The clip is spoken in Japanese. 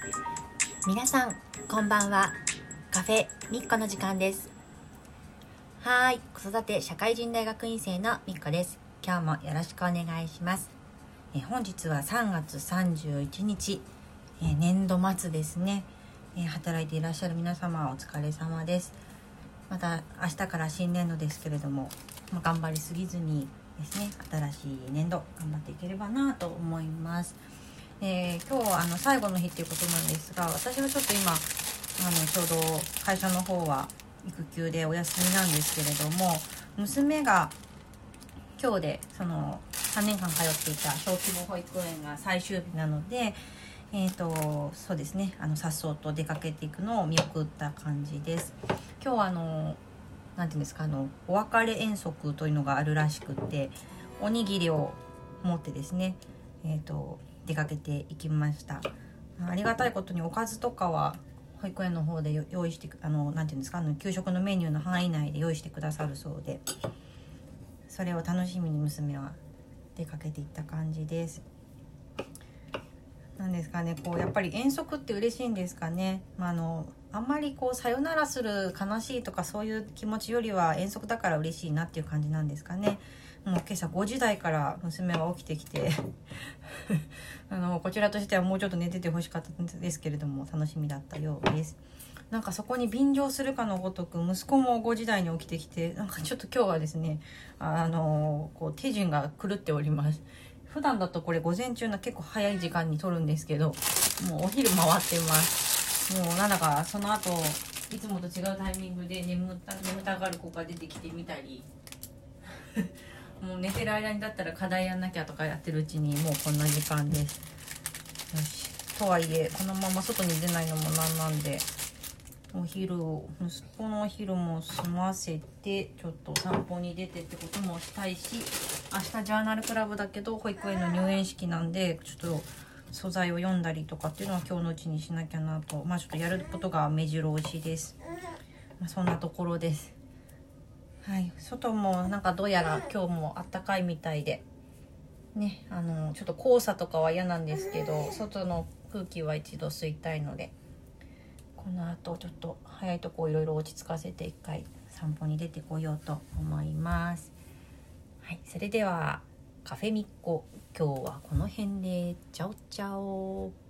皆さんこんばんは。カフェみっこの時間です。はい、子育て社会人大学院生のみっこです。今日もよろしくお願いします。本日は3月31日、年度末ですね。働いていらっしゃる皆様お疲れ様です。また明日から新年度ですけれども、頑張りすぎずにですね、新しい年度頑張っていければなと思います。今日は最後の日っていうことなんですが、私はちょっと今ちょうど会社の方は育休でお休みなんですけれども、娘が今日でその3年間通っていた小規模保育園が最終日なので、そうですね、さっそうと出かけていくのを見送った感じです。今日はなんていうんですか、お別れ遠足というのがあるらしくって、おにぎりを持ってですね、出かけていきました。ありがたいことにおかずとかは保育園の方で用意してなんていうんですか、給食のメニューの範囲内で用意してくださるそうで、それを楽しみに娘は出かけていった感じです。なんですかね、やっぱり遠足って嬉しいんですかね。あんまりさよならする悲しいとかそういう気持ちよりは遠足だから嬉しいなっていう感じなんですかね。もう今朝5時台から娘は起きてきてこちらとしてはもうちょっと寝ててほしかったんですけれども、楽しみだったようです。なんかそこに便乗するかのごとく息子も5時台に起きてきて、なんかちょっと今日はですね、手順が狂っております。普段だとこれ午前中の結構早い時間に撮るんですけど、もうお昼回ってます。もうなんだかその後いつもと違うタイミングで眠たがる子が出てきてみたりもう寝てる間にだったら課題やんなきゃとかやってるうちにもうこんな時間です。よし、とはいえこのまま外に出ないのもなんで、息子のお昼も済ませてちょっと散歩に出てってこともしたいし、明日ジャーナルクラブだけど保育園の入園式なんでちょっと素材を読んだりとかっていうのは今日のうちにしなきゃなと、ちょっとやることが目白押しです。そんなところです。はい、外もなんかどうやら今日もあったかいみたいでね、ちょっと黄砂とかは嫌なんですけど、外の空気は一度吸いたいので、この後ちょっと早いとこいろいろ落ち着かせて一回散歩に出てこようと思います。はい、それではカフェみっこ、今日はこの辺でチャオチャオ。